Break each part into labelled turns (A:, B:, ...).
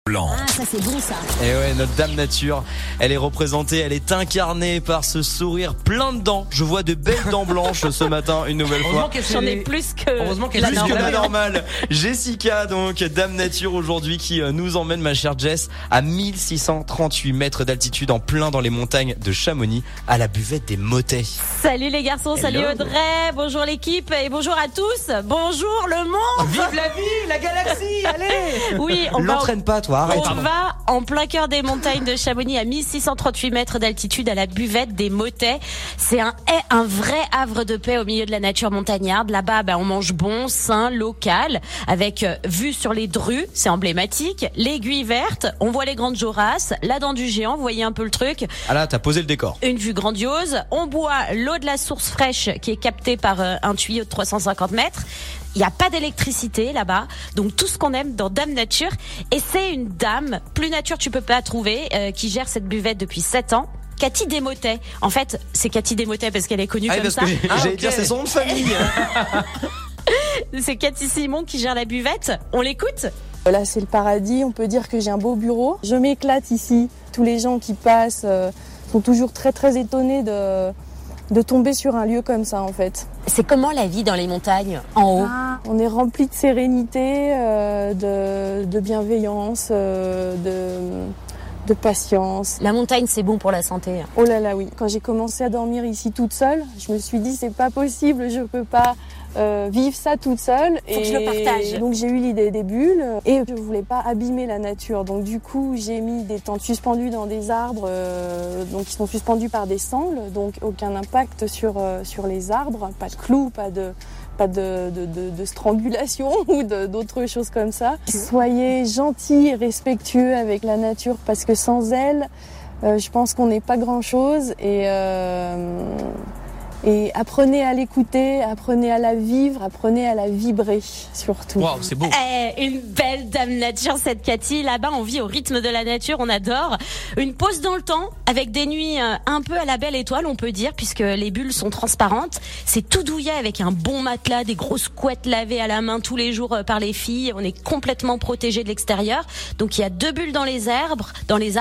A: Blanc.
B: Ah, ça c'est bon ça.
C: Et ouais, notre Dame Nature, elle est représentée, elle est incarnée par ce sourire plein de dents. Je vois de belles dents blanches ce matin, une nouvelle fois.
B: J'en ai plus que
C: La normale. Jessica, donc, Dame Nature aujourd'hui, qui nous emmène, ma chère Jess, à 1638 mètres d'altitude, en plein dans les montagnes de Chamonix, à la buvette des Motets.
B: Salut les garçons, salut Audrey, bonjour l'équipe et bonjour à tous. Bonjour le monde.
D: Vive la vie, la galaxie, allez.
B: Oui,
C: L'entraîne pas, toi, arrête.
B: On va en plein cœur des montagnes de Chamonix à 1638 mètres d'altitude à la buvette des Motets. C'est un vrai havre de paix au milieu de la nature montagnarde. Là-bas, on mange bon, sain, local, avec vue sur les Drues, c'est emblématique, l'aiguille verte, on voit les grandes Jorasses, la dent du géant, vous voyez un peu le truc.
C: Ah là, t'as posé le décor.
B: Une vue grandiose, on boit l'eau de la source fraîche qui est captée par un tuyau de 350 mètres. Il n'y a pas d'électricité là-bas, donc tout ce qu'on aime dans Dame Nature. Et c'est une dame, plus nature tu peux pas trouver, qui gère cette buvette depuis 7 ans. Cathy Desmotets. En fait, c'est Cathy Desmotets parce qu'elle est connue comme ça.
C: J'allais dire, c'est son nom de famille.
B: C'est Cathy Simon qui gère la buvette. On l'écoute ?
E: Là, c'est le paradis. On peut dire que j'ai un beau bureau. Je m'éclate ici. Tous les gens qui passent sont toujours très, très étonnés de tomber sur un lieu comme ça, en fait.
B: C'est comment la vie dans les montagnes, en haut ?
E: On est rempli de sérénité, de bienveillance, de patience.
B: La montagne, c'est bon pour la santé.
E: Oh là là, oui. Quand j'ai commencé à dormir ici toute seule, je me suis dit, c'est pas possible, je peux pas vivre ça toute seule.
B: Faut que je le partage.
E: Donc j'ai eu l'idée des bulles et je voulais pas abîmer la nature. Donc du coup, j'ai mis des tentes suspendues dans des arbres, donc qui sont suspendus par des sangles, donc aucun impact sur les arbres, pas de clous, pas de strangulation ou d'autres choses comme ça. Soyez gentils et respectueux avec la nature parce que sans elle, je pense qu'on n'est pas grand-chose et apprenez à l'écouter, apprenez à la vivre, apprenez à la vibrer surtout.
D: Waouh, c'est beau.
B: Une belle Dame Nature, cette Cathy. Là-bas, on vit au rythme de la nature, on adore. Une pause dans le temps, avec des nuits un peu à la belle étoile, on peut dire, puisque les bulles sont transparentes. C'est tout douillet avec un bon matelas, des grosses couettes lavées à la main tous les jours par les filles. On est complètement protégé de l'extérieur. Donc, il y a 2 bulles dans les arbres,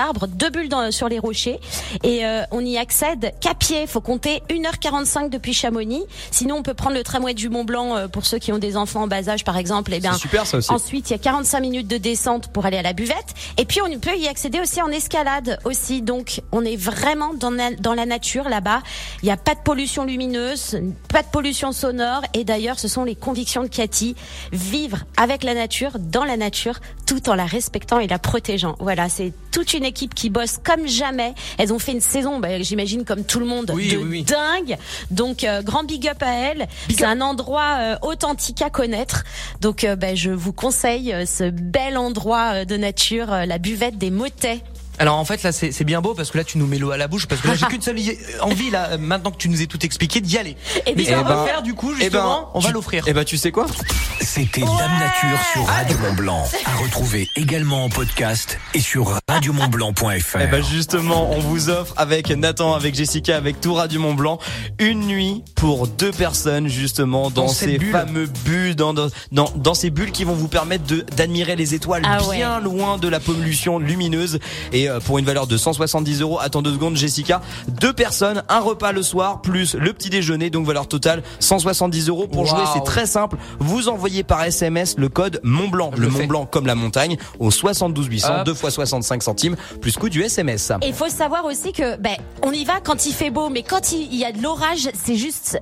B: 2 bulles sur les rochers. Et on y accède qu'à pied. Faut compter 1h45 depuis Chamonix. Sinon, on peut prendre le tramway du Mont Blanc pour ceux qui ont des enfants en bas âge, par exemple.
C: C'est super, ça aussi.
B: Ensuite, il y a 45 minutes de descente pour aller à la buvette. Et puis, on peut y accéder aussi en escalade aussi. Donc, on est vraiment dans la nature là-bas. Il n'y a pas de pollution lumineuse, pas de pollution sonore. Et d'ailleurs, ce sont les convictions de Cathy. Vivre avec la nature, dans la nature, tout en la respectant et la protégeant. Voilà, c'est toute une équipe qui bosse comme jamais. Elles ont fait une saison, j'imagine comme tout le monde,
D: oui.
B: dingue. Donc, grand big up à elles. C'est un endroit authentique à connaître. Donc, je vous conseille ce bel endroit de nature, la buvette des Motets.
D: Alors en fait là c'est bien beau parce que là tu nous mets l'eau à la bouche parce que là j'ai qu'une seule envie là maintenant que tu nous aies tout expliqué d'y aller. Mais ça va faire du coup justement on va l'offrir.
C: Tu sais quoi ?
A: C'était Dame Nature sur Radio Mont Blanc. À retrouver également en podcast et sur radiomontblanc.fr.
C: Justement, on vous offre avec Nathan, avec Jessica, avec tout Radio Mont Blanc, une nuit pour 2 personnes justement dans ces fameux bulles, dans ces bulles qui vont vous permettre d'admirer les étoiles bien loin de la pollution lumineuse. Et pour une valeur de 170 €, attends 2 secondes Jessica, 2 personnes, un repas le soir plus le petit déjeuner, donc valeur totale 170 €. Pour jouer, c'est très simple, vous envoyez par SMS le code Mont Blanc, Mont Blanc comme la montagne, au 72 800, 2 fois 65 centimes, plus coût du SMS.
B: Et il faut savoir aussi que on y va quand il fait beau, mais quand il y a de l'orage, c'est juste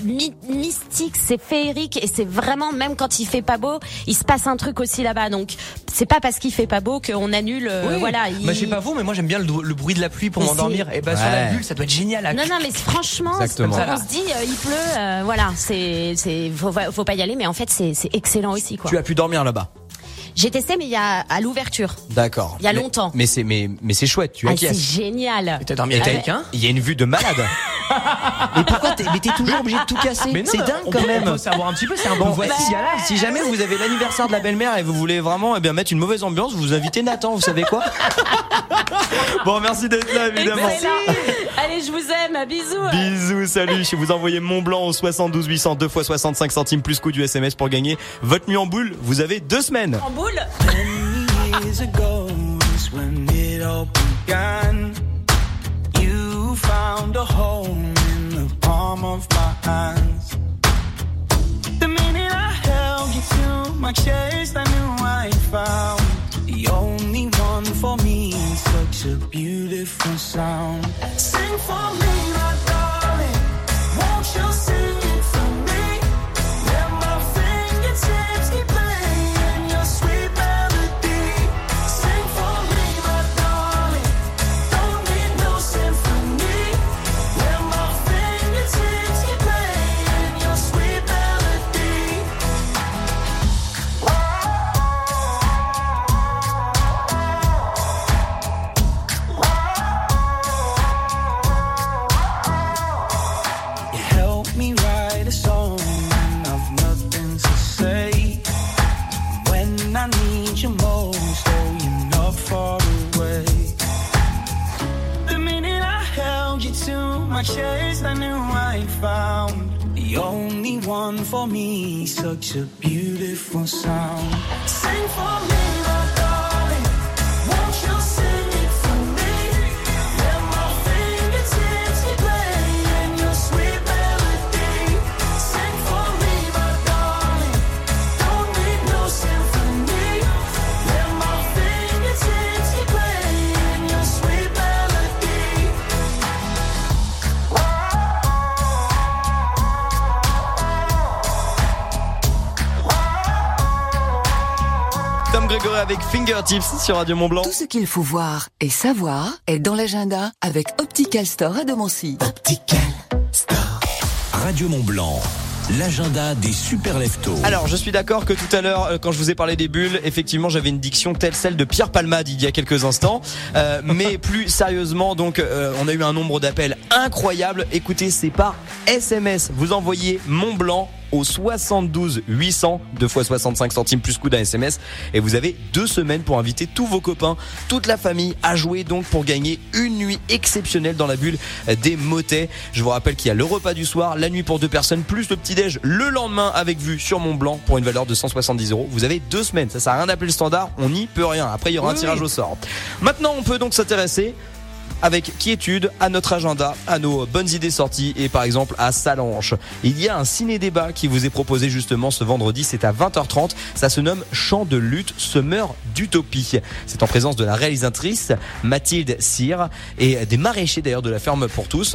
B: mystique, c'est féerique, et c'est vraiment, même quand il fait pas beau, il se passe un truc aussi là-bas. Donc c'est pas parce qu'il fait pas beau qu'on annule. Voilà.
D: Je sais pas vous, mais moi j'aime bien le bruit de la pluie pour m'endormir. Et sur la bulle, ça doit être génial.
B: Non, mais franchement, on se dit, il pleut, voilà, faut pas y aller, mais en fait c'est excellent aussi, quoi.
C: Tu as pu dormir là-bas?
B: J'ai testé, mais il y a à l'ouverture.
C: D'accord.
B: Il y a longtemps.
C: Mais c'est chouette, tu acquiesces.
B: C'est génial.
D: Et t'as dormi avec quelqu'un?
C: Il y a une vue de malade. Mais pourquoi t'es toujours obligé de tout casser?
D: Mais non,
C: c'est dingue quand même.
D: On peut savoir un petit peu, c'est un bon voici.
C: Si jamais vous avez l'anniversaire de la belle-mère et vous voulez vraiment mettre une mauvaise ambiance, vous invitez Nathan, vous savez quoi? Bon, merci d'être là, évidemment.
B: Allez, je vous aime, bisous.
C: Bisous, salut. Si vous envoyez Mont Blanc au 72 800, 2 fois 65 centimes plus coût du SMS pour gagner votre nuit en boule, vous avez 2 semaines.
B: En boule.
F: years ago is when it all began. You found a home in the palm of my hands. The minute I held you to my chest, I knew I found the only one for me. Such a beautiful sound. Sing for me, my darling. Won't you sing it for me? Let my fingertips keep playing your sweet melody. Sing for me, my darling. Don't need no symphony. Let my fingertips keep playing your sweet melody. You help me write a song when I've nothing to say. When I need you most, oh, you're not far away. The minute I held you to my chest, I knew I found the only one for me. Such a beautiful sound. Sing for me, my darling. Won't you sing it for me? Let my fingertips keep playing your sweet melody. Sing for me, my darling. Don't need no symphony. Let my fingertips keep playing your sweet melody.
C: Tom Grégory avec Fingertips sur Radio Mont-Blanc.
G: Tout ce qu'il faut voir et savoir est dans l'agenda avec Optical Store à Domancy.
A: Optical Store. Radio Mont-Blanc. L'agenda des super leftos.
C: Alors, je suis d'accord que tout à l'heure, quand je vous ai parlé des bulles, effectivement, j'avais une diction telle celle de Pierre Palmade il y a quelques instants. Mais plus sérieusement, donc, on a eu un nombre d'appels incroyable. Écoutez, c'est par SMS. Vous envoyez Mont-Blanc au 72 800, 2 fois 65 centimes plus coût d'un SMS, et vous avez 2 semaines pour inviter tous vos copains, toute la famille à jouer donc pour gagner une nuit exceptionnelle dans la bulle des motets. Je vous rappelle qu'il y a le repas du soir, la nuit pour 2 personnes plus le petit-déj le lendemain avec vue sur Mont-Blanc pour une valeur de 170 €. Vous avez 2 semaines, ça sert à rien d'appeler le standard, on n'y peut rien. Après il y aura un tirage au sort. Maintenant on peut donc s'intéresser avec quiétude à notre agenda, à nos bonnes idées sorties et par exemple à Salanches. Il y a un ciné-débat qui vous est proposé justement ce vendredi, c'est à 20h30. Ça se nomme Chant de lutte, semeur d'utopie. C'est en présence de la réalisatrice Mathilde Cyr et des maraîchers d'ailleurs de la ferme pour tous.